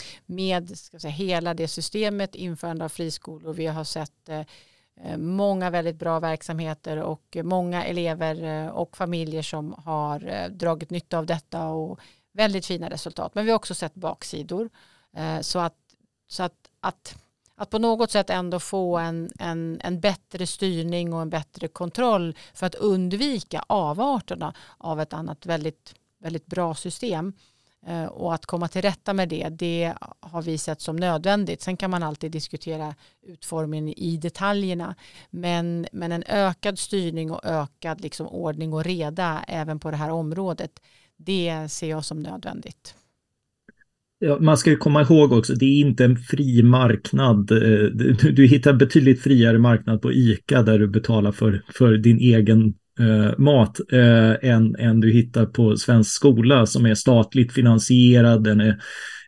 med ska säga, hela det systemet, införande av friskolor. Vi har sett eh, många väldigt bra verksamheter och många elever eh, och familjer som har eh, dragit nytta av detta och väldigt fina resultat. Men vi har också sett baksidor. Eh, så att, så att, att, att på något sätt ändå få en, en, en bättre styrning och en bättre kontroll för att undvika avarterna av ett annat väldigt väldigt bra system, och att komma till rätta med det, det har vi sett som nödvändigt. Sen kan man alltid diskutera utformningen i detaljerna, men, men en ökad styrning och ökad liksom ordning och reda även på det här området, det ser jag som nödvändigt. Ja, man ska ju komma ihåg också, det är inte en fri marknad. Du, du hittar betydligt friare marknad på ICA där du betalar för, för din egen Uh, mat uh, än, än du hittar på svensk skola, som är statligt finansierad, den är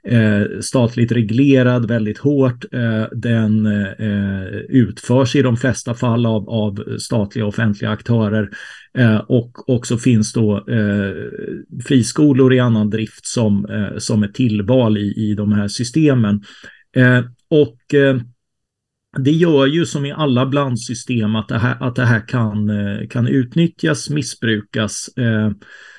uh, statligt reglerad väldigt hårt, uh, den uh, utförs i de flesta fall av, av statliga offentliga aktörer, uh, och också finns då uh, friskolor i annan drift som, uh, som är tillval i, i de här systemen. Uh, och uh, Det gör ju som i alla blandsystem att det här, att det här kan, kan utnyttjas, missbrukas eh,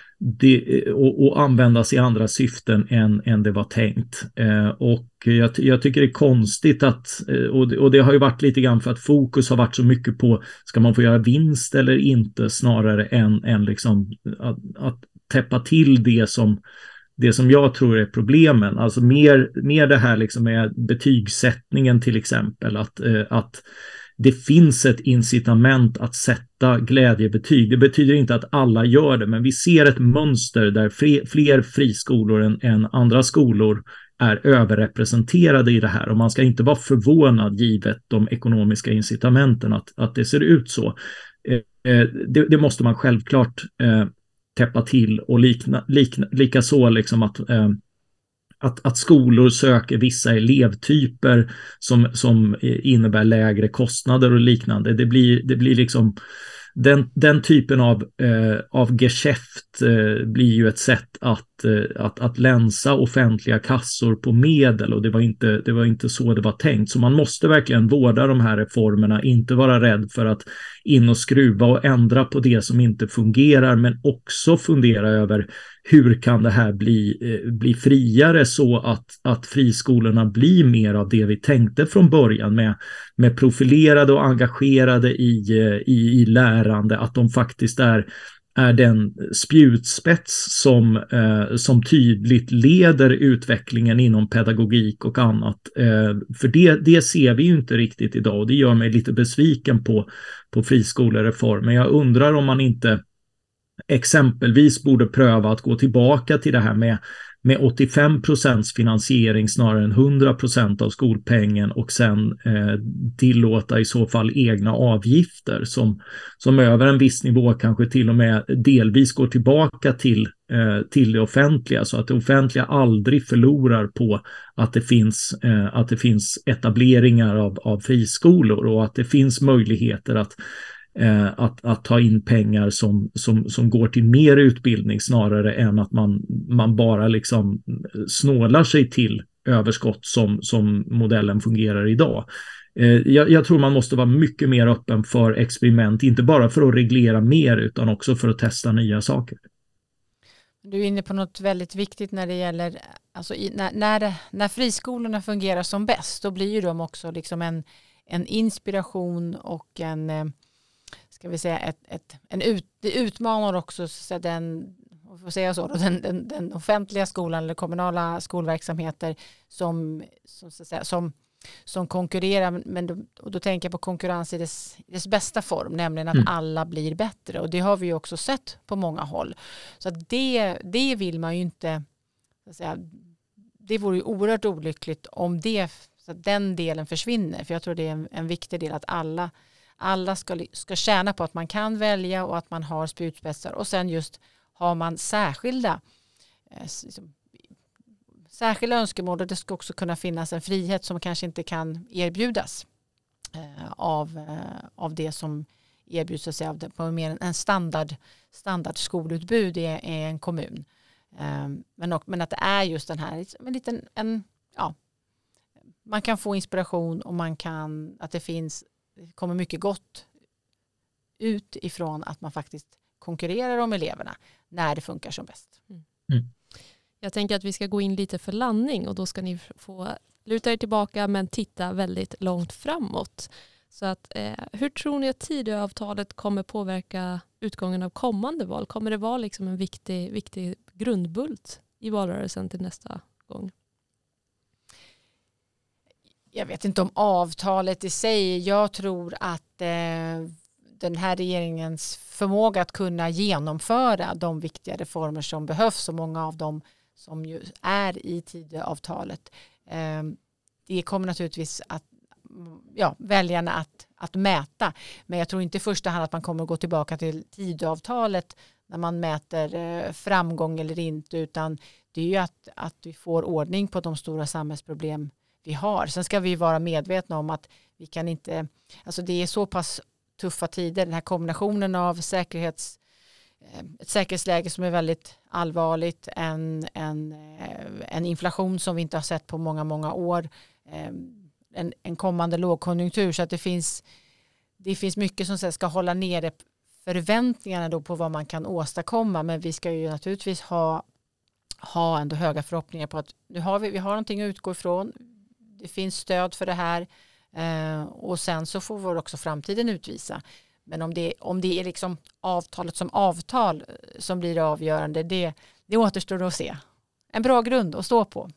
det, och, och användas i andra syften än, än det var tänkt. Eh, och jag, jag tycker det är konstigt att, och det, och det har ju varit lite grann för att fokus har varit så mycket på, ska man få göra vinst eller inte, snarare än, än liksom att, att täppa till det som Det som jag tror är problemen, alltså mer, mer det här liksom med betygssättningen till exempel, att, eh, att det finns ett incitament att sätta glädjebetyg. Det betyder inte att alla gör det, men vi ser ett mönster där fler, fler friskolor än, än andra skolor är överrepresenterade i det här, och man ska inte vara förvånad givet de ekonomiska incitamenten att, att det ser ut så. Eh, eh, det, det måste man självklart eh, täppa till, och likna, likna, lika så liksom att, eh, att, att skolor söker vissa elevtyper som, som innebär lägre kostnader och liknande. Det blir, det blir liksom den, den typen av, eh, av geschäft eh, blir ju ett sätt att, eh, att, att länsa offentliga kassor på medel, och det var, inte, det var inte så det var tänkt. Så man måste verkligen vårda de här reformerna, inte vara rädd för att in och skruva och ändra på det som inte fungerar, men också fundera över hur kan det här bli, eh, bli friare så att, att friskolorna blir mer av det vi tänkte från början, med, med profilerade och engagerade i, i, i lärande, att de faktiskt är är den spjutspets som, eh, som tydligt leder utvecklingen inom pedagogik och annat. Eh, för det, det ser vi ju inte riktigt idag, och det gör mig lite besviken på, på friskolereformen. Jag undrar om man inte exempelvis borde pröva att gå tillbaka till det här med, med åttiofem procents finansiering snarare än hundra procent av skolpengen och sen eh, tillåta i så fall egna avgifter som, som över en viss nivå kanske till och med delvis går tillbaka till, eh, till det offentliga, så att det offentliga aldrig förlorar på att det finns, eh, att det finns etableringar av, av friskolor och att det finns möjligheter att Att, att ta in pengar som, som, som går till mer utbildning snarare än att man, man bara liksom snålar sig till överskott som, som modellen fungerar idag. Eh, jag, jag tror man måste vara mycket mer öppen för experiment, inte bara för att reglera mer utan också för att testa nya saker. Du är inne på något väldigt viktigt när det gäller, alltså i, när, när, när friskolorna fungerar som bäst, då blir ju de också liksom en, en inspiration och en ska vi säga ett, ett, en ut, det utmanar också så den, får säga så, den, den, den offentliga skolan eller kommunala skolverksamheter som, som, så att säga, som, som konkurrerar, men då, och då tänker jag på konkurrens i dess, i dess bästa form, nämligen att mm. alla blir bättre, och det har vi ju också sett på många håll. Så att det, det vill man ju inte, så att säga, det vore ju oerhört olyckligt om det, så att den delen försvinner, för jag tror det är en, en viktig del att alla Alla ska, ska tjäna på att man kan välja och att man har spjutspetsar. Och sen just har man särskilda, eh, liksom, särskilda önskemål, och det ska också kunna finnas en frihet som kanske inte kan erbjudas eh, av, eh, av det som erbjuds, så att säga, av det, på mer en standard, standard skolutbud i, i en kommun. Eh, men, och, men att det är just den här, en liten, en, ja, man kan få inspiration och man kan, att det finns det kommer mycket gott ut ifrån att man faktiskt konkurrerar om eleverna när det funkar som bäst. Mm. Mm. Jag tänker att vi ska gå in lite för landning, och då ska ni få luta er tillbaka men titta väldigt långt framåt. Så att, eh, hur tror ni att Tidöavtalet kommer påverka utgången av kommande val? Kommer det vara liksom en viktig, viktig grundbult i valrörelsen till nästa gång? Jag vet inte om avtalet i sig. Jag tror att eh, den här regeringens förmåga att kunna genomföra de viktiga reformer som behövs, och många av dem som ju är i Tidöavtalet, eh, det kommer naturligtvis att, ja, väljarna att, att mäta. Men jag tror inte i första hand att man kommer att gå tillbaka till Tidöavtalet när man mäter eh, framgång eller inte, utan det är ju att, att vi får ordning på de stora samhällsproblem vi har. Sen ska vi vara medvetna om att vi kan inte, alltså det är så pass tuffa tider, den här kombinationen av säkerhets, ett säkerhetsläge som är väldigt allvarligt, en, en, en inflation som vi inte har sett på många, många år, en, en kommande lågkonjunktur, så att det finns, det finns mycket som ska hålla nere förväntningarna då på vad man kan åstadkomma, men vi ska ju naturligtvis ha, ha ändå höga förhoppningar på att nu har vi, vi har någonting att utgå ifrån. Det finns stöd för det här, eh, och sen så får vi också framtiden utvisa. Men om det, om det är liksom avtalet som avtal som blir det avgörande, det, det återstår att se. En bra grund att stå på.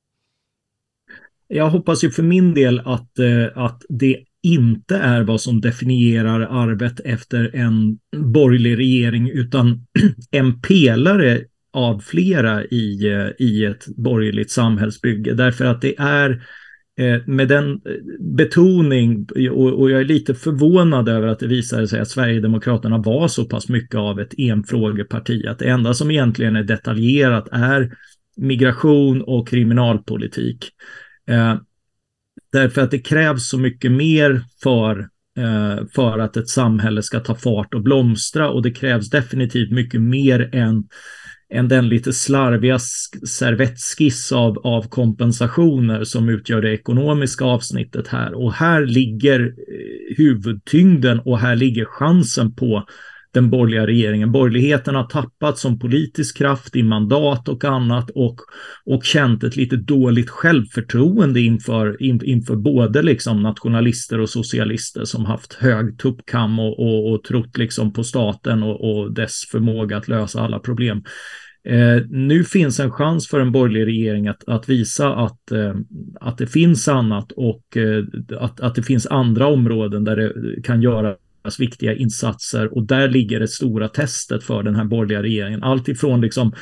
Jag hoppas ju för min del att, eh, att det inte är vad som definierar arvet efter en borgerlig regering, utan en pelare av flera i, i ett borgerligt samhällsbygge. Därför att det är med den betoning, och jag är lite förvånad över att det visade sig att Sverigedemokraterna var så pass mycket av ett enfrågeparti, att det enda som egentligen är detaljerat är migration och kriminalpolitik. Eh, därför att det krävs så mycket mer för, eh, för att ett samhälle ska ta fart och blomstra, och det krävs definitivt mycket mer än än den lite slarviga servettskiss av, av kompensationer som utgör det ekonomiska avsnittet här. Och här ligger huvudtyngden, och här ligger chansen på den borgerliga regeringen. Borgerligheten har tappat som politisk kraft i mandat och annat, och, och känt ett lite dåligt självförtroende inför, in, inför både liksom nationalister och socialister som haft hög tuppkam och, och, och trott liksom på staten och, och dess förmåga att lösa alla problem. Eh, nu finns en chans för en borgerlig regering att, att visa att, eh, att det finns annat, och eh, att, att det finns andra områden där det kan göra viktiga insatser, och där ligger det stora testet för den här borgerliga regeringen. Allt ifrån liksom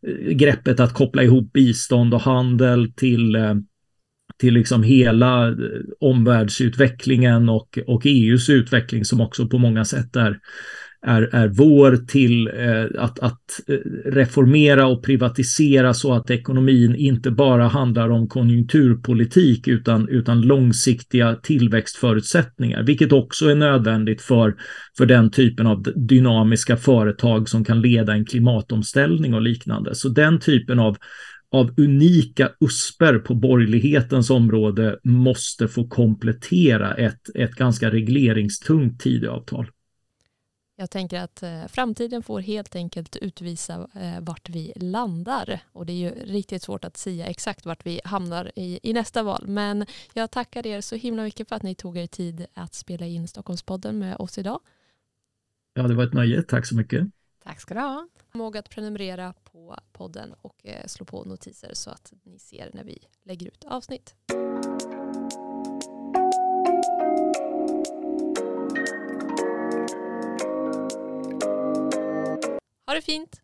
greppet att koppla ihop bistånd och handel till eh, till liksom hela omvärldsutvecklingen och, och E U:s utveckling som också på många sätt är, är, är vår till eh, att, att reformera och privatisera så att ekonomin inte bara handlar om konjunkturpolitik utan, utan långsiktiga tillväxtförutsättningar, vilket också är nödvändigt för, för den typen av dynamiska företag som kan leda en klimatomställning och liknande. Så den typen av av unika usper på borgerlighetens område måste få komplettera ett, ett ganska regleringstungt Tidöavtal. Jag tänker att eh, framtiden får helt enkelt utvisa eh, vart vi landar. Och det är ju riktigt svårt att säga exakt vart vi hamnar i, i nästa val. Men jag tackar er så himla mycket för att ni tog er tid att spela in Stockholmspodden med oss idag. Ja, det var ett nöje. Tack så mycket. Tack ska du ha. Kom ihåg att prenumerera på podden och eh, slå på notiser så att ni ser när vi lägger ut avsnitt. Ha det fint!